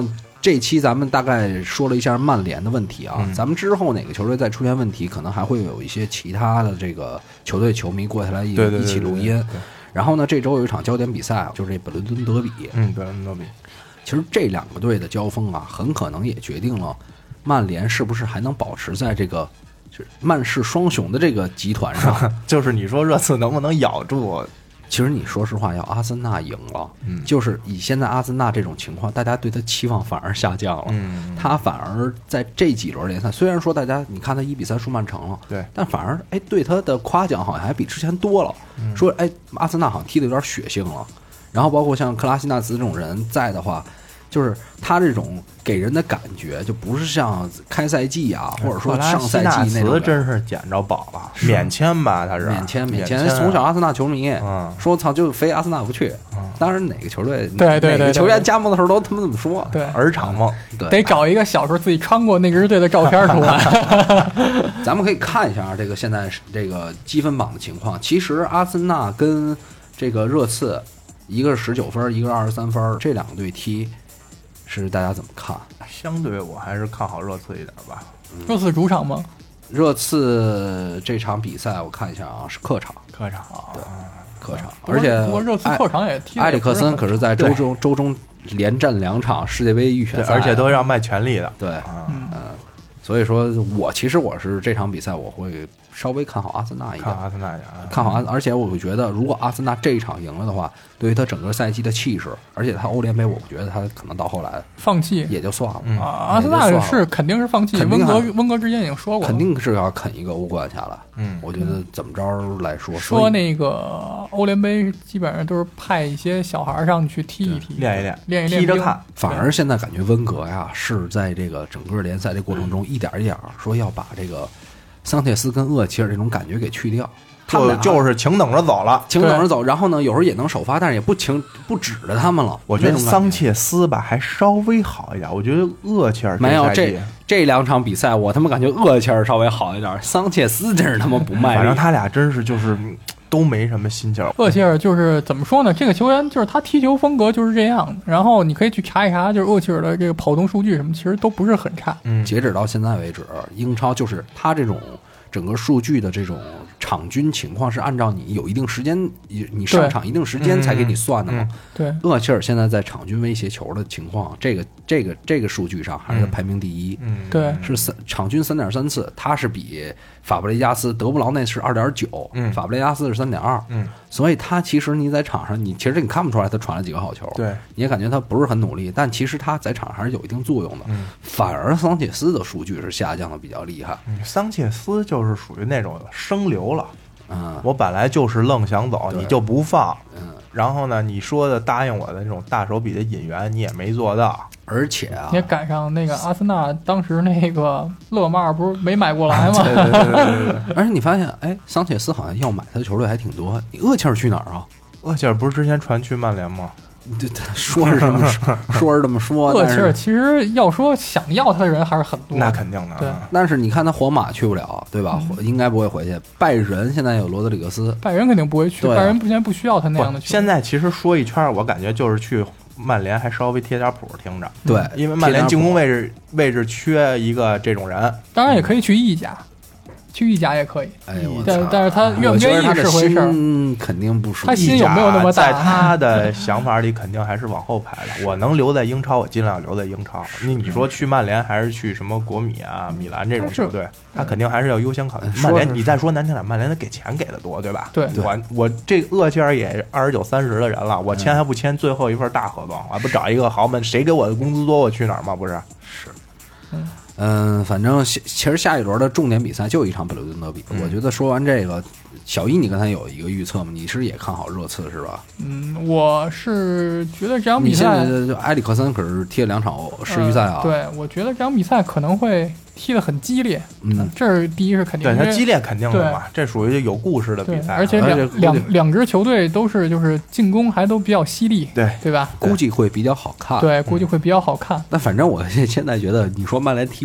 这期咱们大概说了一下曼联的问题啊，咱们之后哪个球队再出现问题，可能还会有一些其他的这个球队球迷过下来一起录音。然后呢，这周有一场焦点比赛，就是这本伦敦德比。
本伦敦德比，
其实这两个队的交锋啊，很可能也决定了曼联是不是还能保持在这个就是曼市双雄的这个集团上。
就是你说热刺能不能咬住？
其实你说实话，要阿森纳赢了，就是以现在阿森纳这种情况，大家对他期望反而下降了。他反而在这几轮联赛，虽然说大家你看他1-3输曼城了，
对，
但反而对他的夸奖好像还比之前多了。说阿森纳好像踢得有点血性了。然后包括像克拉西纳茨这种人在的话，就是他这种给人的感觉就不是像开赛季啊，或者说上赛季那种。
真是捡着宝了，免签吧？他是
免签，从小阿森纳球迷，说操就非阿森纳不去。当然哪个球队
对
哪个球员加盟的时候都他妈这么说，
对，
儿场梦，
对，
得找一个小时候自己穿过那支队的照片出来。
咱们可以看一下这个现在这个积分榜的情况。其实阿森纳跟这个热刺，一个是19分，一个是23分，这两个队踢。是大家怎么看？
相对我还是看好热刺一点吧。
热刺主场吗？
热刺这场比赛我看一下啊，是客场。
对，
客场，而且
不过热刺客场也踢。
埃里克森可是在周中连战2场世界杯预选赛，
而且都要卖全力的。
对，所以说其实我是这场比赛我会稍微看好阿森纳一点，看好而且我会觉得，如果阿森纳这一场赢了的话，对于他整个赛季的气势，而且他欧联杯，我觉得他可能到后来
放弃
也就算了。
阿森纳是肯定是放弃，温格之前已经说过，
肯定是要啃一个欧冠下来。我觉得怎么着来
说那个欧联杯基本上都是派一些小孩上去踢一踢，
练一
练，
踢着看。
反而现在感觉温格呀是在这个整个联赛的过程中一点一点说要把这个桑切斯跟厄齐尔这种感觉给去掉，他们
就是请等着走了，
请等着走。然后呢，有时候也能首发，但是也不指着他们了。
我觉得桑切斯吧还稍微好一点，我觉得厄齐尔
没有这两场比赛，我他妈感觉厄齐尔稍微好一点，桑切斯真是他妈不卖力。
反正他俩真是就是都没什么心气儿。
厄齐尔就是怎么说呢？这个球员就是他踢球风格就是这样的。然后你可以去查一查，就是厄齐尔的这个跑动数据什么，其实都不是很差。
截止到现在为止，英超就是他这种整个数据的这种场均情况是按照你有一定时间，你上场一定时间才给你算的嘛。
对，
厄齐尔现在在场均威胁球的情况，这个数据上还是排名第一。
对，
是场均3.3次，他是比法布雷加斯、德布劳内是2.9，法布雷加斯是3.2。所以他其实你在场上，其实你看不出来他传了几个好球，
对，
你也感觉他不是很努力，但其实他在场上还是有一定作用的。反而桑切斯的数据是下降的比较厉害。
桑切斯就是属于那种生流了。我本来就是愣想走，你就不放。然后呢，你说的答应我的那种大手笔的引援，你也没做到。
而且啊，
也赶上那个阿森纳当时那个勒马尔不是没买过来吗？
对。
而且你发现，桑切斯好像要买他的球队还挺多。你厄齐尔去哪儿啊？
厄齐尔不是之前传去曼联吗？
说是这么说，
厄齐尔其实要说想要他的人还是很多，
那肯定的。
对，
但是你看他皇马去不了，对吧？应该不会回去。拜仁现在有罗德里格斯，
拜仁肯定不会去，拜仁现在不需要他那样的球员。
现在其实说一圈，我感觉就是去曼联还稍微贴点谱，听着。
对，
因为曼联进攻位置缺一个这种人，
当然也可以去意甲。去意甲也可以，但是他愿不愿意是回事儿，
肯定不属于。
他心有没有那么大？
在他的想法里，肯定还是往后排的。我能留在英超，我尽量留在英超。你说去曼联还是去什么国米啊、米兰这种球队，他肯定还是要优先考虑。曼联，你再说难听点，曼联他给钱给的多，对吧？
对，
我这厄齐尔也29、30的人了，我签还不签最后一份大合同？我还不找一个豪门？谁给我的工资多，我去哪儿吗？不是？
是。反正其实下一轮的重点比赛就一场本伦敦德比。我觉得说完这个，小一你刚才有一个预测吗？你是也看好热刺是吧？
我是觉得这场比赛，
你现在埃里克森可是踢了2场世预赛啊。
对，我觉得这场比赛可能会踢得很激烈。这是第一是肯定，
对，它激烈肯定的嘛，这属于有故事的比赛，
而且两支球队都是就是进攻还都比较犀利，对吧？
估计会比较好看。
对，估计会比较好看。
那反正我现在觉得，你说曼联踢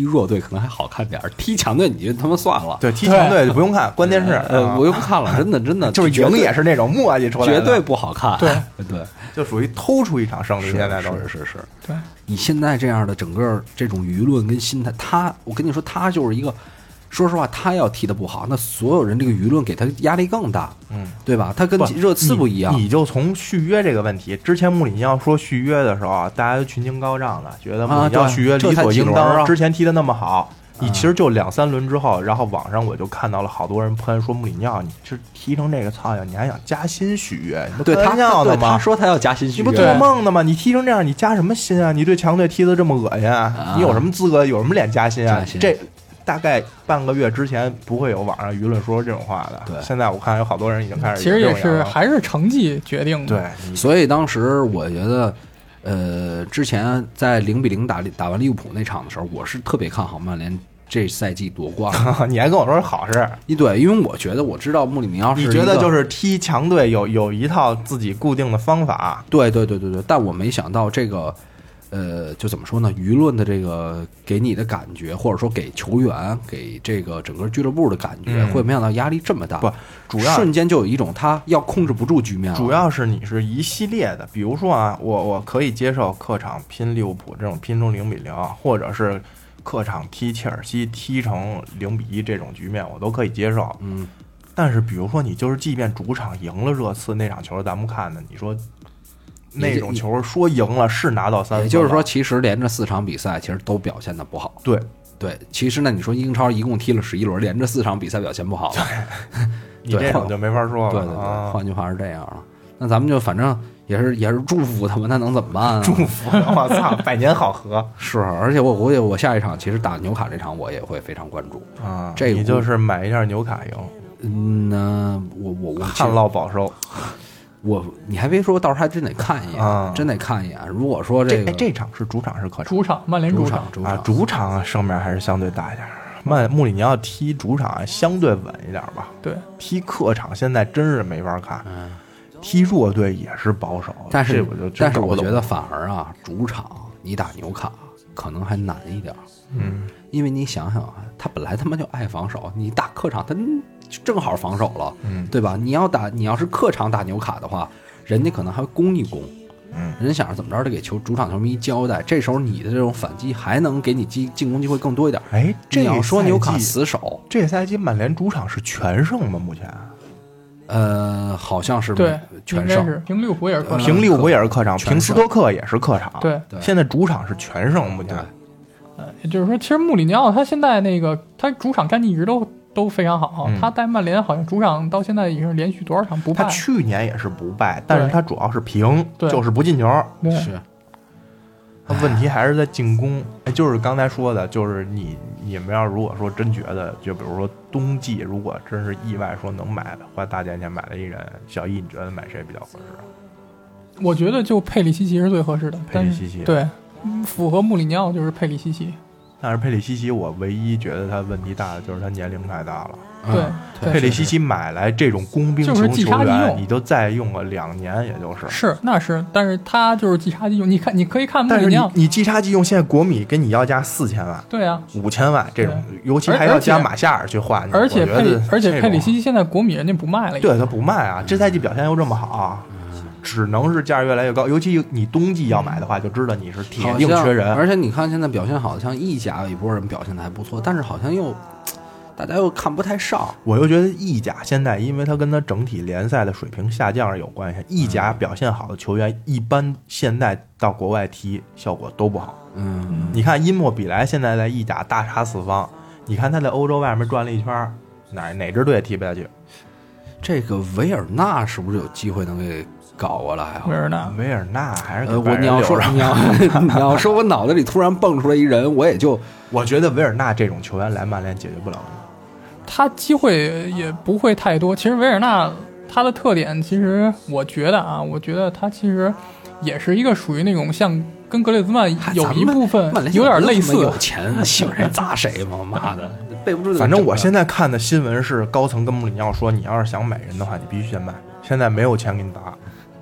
踢弱队可能还好看点儿，踢强队你就他妈算了。
对，踢强队就不用看，关键是
我又不看了，真的
就是赢也是那种磨叽出来的，
绝对不好看。
对
对，
就属于偷出一场胜利。现在都
是，
对
你现在这样的整个这种舆论跟心态，我跟你说，他就是一个。说实话，他要踢得不好，那所有人这个舆论给他压力更大，对吧？他跟热刺不一样。
你就从续约这个问题，之前穆里尼奥说续约的时候啊，大家都群情高涨的，觉得穆里尼奥续约理所应当。之前踢得那么好，你其实就2-3轮之后，然后网上我就看到了好多人喷说穆里尼奥，你是踢成这个操样，你还想加薪续约？你不开玩笑的吗？
他说他要加薪续约，
你不做梦的吗？你踢成这样，你加什么薪啊？你对强队踢得这么恶心啊？你有什么资格，有什么脸加薪啊？这。大概半个月之前不会有网上舆论说这种话的，
对。
现在我看有好多人已经开始。
其实也是还是成绩决定的。
对，
所以当时我觉得，之前在0-0打完利物浦那场的时候，我是特别看好曼联这赛季夺冠。
你还跟我说是好事？
对，因为我觉得我知道穆里尼奥是，
你觉得就是踢强队有一套自己固定的方法。
对，但我没想到这个。就怎么说呢？舆论的这个给你的感觉，或者说给球员、给这个整个俱乐部的感觉，会没想到压力这么大。
不，主要
瞬间就有一种他要控制不住局面了。
主要是你是一系列的，比如说啊，我可以接受客场拼利物浦这种拼成0-0，或者是客场踢切尔西踢成0-1这种局面，我都可以接受。但是比如说你就是即便主场赢了热刺那场球，咱们看的，你说。那种球说赢了是拿到3分，
也就是说，其实连着4场比赛，其实都表现的不好。
对，
其实呢，你说英超一共踢了11轮，连着4场比赛表现不好，
你这种就没法说了。
对，换句话是这样了。那咱们就反正也是祝福他们，那能怎么办啊？
祝福，我操，百年好合。
是，而且我估计我下一场其实打纽卡这场我也会非常关注
啊。
这
你就是买一下纽卡赢。
那我
旱涝保收。
你还别说，到时候还真得看一眼，真得看一眼。如果说
这场是主场是客场？
主场，曼联主场
啊，主场胜面还是相对大一点。穆里尼奥踢主场相对稳一点吧。
对，
踢客场现在真是没法看。踢弱队也是保守，
但是我觉得反而啊，主场你打纽卡可能还难一点。因为你想想啊，他本来他妈就爱防守，你打客场他正好防守了，对吧？你要是客场打纽卡的话，人家可能还会攻一攻，人家想着怎么着得给主场球迷交代，这时候你的这种反击还能给你进攻机会更多一点。
哎，
你要说纽卡死守，
这赛季曼联主场是全胜吗？目前？
好像是
对，
全胜，
平利物浦也是客场，
平利物浦也是客场，平斯托克也是客场。
对，
现在主场是全胜，目前。
也就是说，其实穆里尼奥他现在他主场战绩一直都非常好，他带曼联好像主场到现在已经是连续多少场不败。
他去年也是不败，但是他主要是平，就是不进球。
是。
他问题还是在进攻。就是刚才说的，就是你们要如果说真觉得，就比如说冬季如果真是意外说能买的，花大价钱买了一人，小易你觉得买谁比较合适？
我觉得就佩里西奇是最合适的。
佩里西奇
对。符合穆里尼奥就是佩里西奇，
但是佩里西奇我唯一觉得他问题大的就是他年龄太大了。
对，
佩里西奇买来这种工兵型球员，你就再用个2年，也就是
那是，但是他就是即插即用。你可以看穆里尼奥，
你即插即用，现在国米跟你要加4000万，
对啊
，5000万这种，尤其还要加马夏尔去换，
而且佩里西奇现在国米人家不卖了，
对他不卖啊，这赛季表现又这么好。只能是价越来越高，尤其你冬季要买的话，就知道你是铁定缺人。
而且你看现在表现好的，像意甲有一波人表现的还不错，但是好像大家又看不太上。
我又觉得意甲现在，因为它跟它整体联赛的水平下降有关系。意甲表现好的球员，一般现在到国外踢效果都不好。你看因莫比莱现在在意甲大杀四方，你看他在欧洲外面转了一圈，哪支队也踢不下去。
这个维尔纳是不是有机会能给搞过来啊？
维尔纳还是
你要说我脑子里突然蹦出来一人，
我觉得维尔纳这种球员来曼联解决不了问题，
他机会也不会太多。其实维尔纳他的特点，其实我觉得他其实也是一个属于那种像跟格列兹曼有一部分有点类似，
有钱喜欢谁砸谁嘛，妈的背不住。
反正我现在看的新闻是高层跟穆里尼奥说，你要是想买人的话，你必须先卖，现在没有钱给你砸。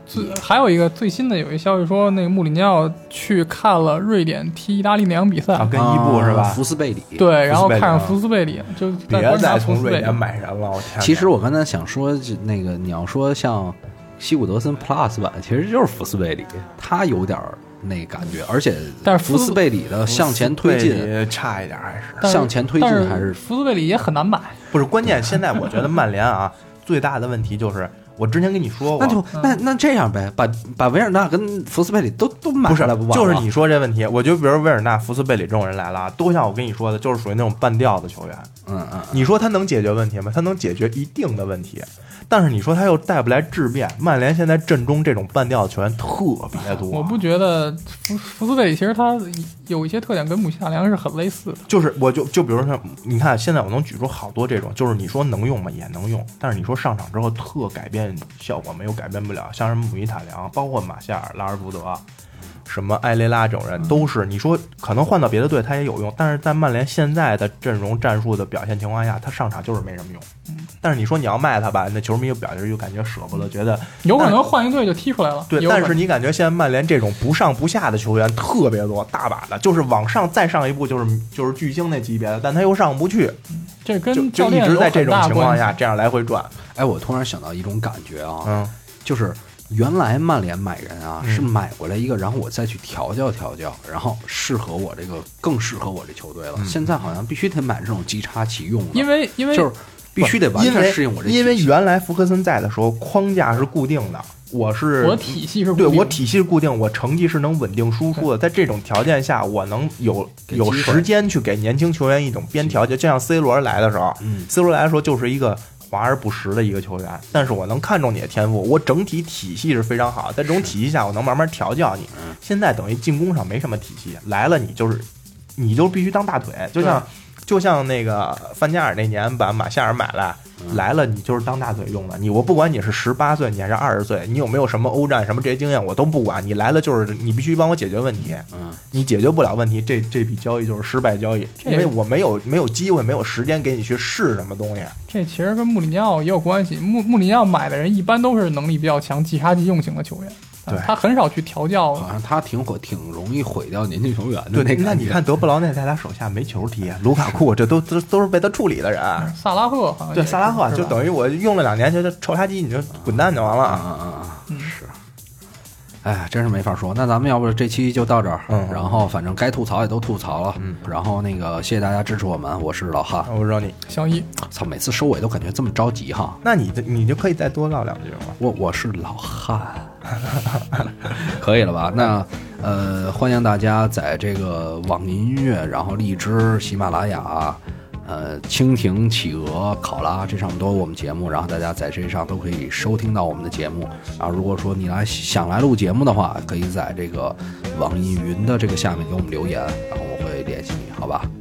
还有一个最新的有一消息说，那个穆里尼奥去看了瑞典踢意大利那场比赛，
跟伊布是吧？
福斯贝里。
对，然后看上福斯贝里，就
别再从瑞典买人了，我天！
其实我刚才想说，那个你要说像西古德森 Plus 版，其实就是福斯贝里，他有点那感觉，而且
但是
福斯贝里的向前推进
差一点，还是
向前推进还是
福斯贝里也很难买。
不是关键，现在我觉得曼联啊最大的问题就是。我之前跟你说过，
那这样呗，把维尔纳跟福斯贝里都买下来不完了？
就是你说这问题，我觉得比如维尔纳、福斯贝里这种人来了，都像我跟你说的，就是属于那种半吊子球员。你说他能解决问题吗？他能解决一定的问题，但是你说他又带不来质变。曼联现在阵中这种半吊子球员特别多。
我不觉得福斯贝里其实他有一些特点跟姆希塔良是很类似的。
就是就比如说，你看现在我能举出好多这种，就是你说能用吗？也能用，但是你说上场之后特改变。效果没有改变不了，像什么姆希塔良，包括马夏尔、拉尔福德，什么埃雷拉这种人，都是你说可能换到别的队他也有用，但是在曼联现在的阵容战术的表现情况下，他上场就是没什么用。但是你说你要卖他吧，那球迷又表示又感觉舍不得，觉得
有可能换一队就踢出来了。
对，但是你感觉现在曼联这种不上不下的球员特别多，大把的，就是往上再上一步就是巨星那级别的，但他又上不去。
这跟
就一直在这种情况下这样来回转。
哎，我突然想到一种感觉啊，就是原来曼联买人啊，是买过来一个，然后我再去调教，然后适合我这个更适合我这球队了。现在好像必须得买这种即插即用的，
因为
就是必须得完全适应我这。
因为原来福克森在的时候，框架是固定的。我
体系是固定，
对，我体系是固定，我成绩是能稳定输出的。在这种条件下，我能有时间去给年轻球员一种边调节。就像 C 罗来的时候，C 罗来的时候就是一个华而不实的一个球员，但是我能看中你的天赋，我整体体系是非常好，在这种体系下，我能慢慢调教你。现在等于进攻上没什么体系，来了你就必须当大腿，就像那个范加尔那年把马夏尔买来了，你就是当大腿用的。我不管你是18岁，你还是20岁，你有没有什么欧战什么这些经验，我都不管。你来了就是你必须帮我解决问题。你解决不了问题，这笔交易就是失败交易，因为我没有机会，没有时间给你去试什么东西。
这其实跟穆里尼奥也有关系。穆里尼奥买的人一般都是能力比较强、即插即用型的球员。对，他很少去调教，
好像他挺容易毁掉年轻球员
的。对，那你看德布劳内在他手下没球踢，卢卡库这都是被他处理的人。
萨拉赫好像
对，萨拉赫就等于我用了2年，就臭垃圾，你就滚蛋就完了。
是。哎呀，真是没法说。那咱们要不这期就到这儿，然后反正该吐槽也都吐槽了，然后那个谢谢大家支持我们，我是老汉，
我是Ronnie，
小一。
操，每次收尾都感觉这么着急哈。
那你就可以再多唠2句吗？
我是老汉，可以了吧？那欢迎大家在这个网易音乐，然后荔枝、喜马拉雅。蜻蜓、企鹅、考拉，这上面都有我们节目，然后大家在这上都可以收听到我们的节目。然后如果说你想来录节目的话，可以在这个网易云的这个下面给我们留言，然后我会联系你，好吧？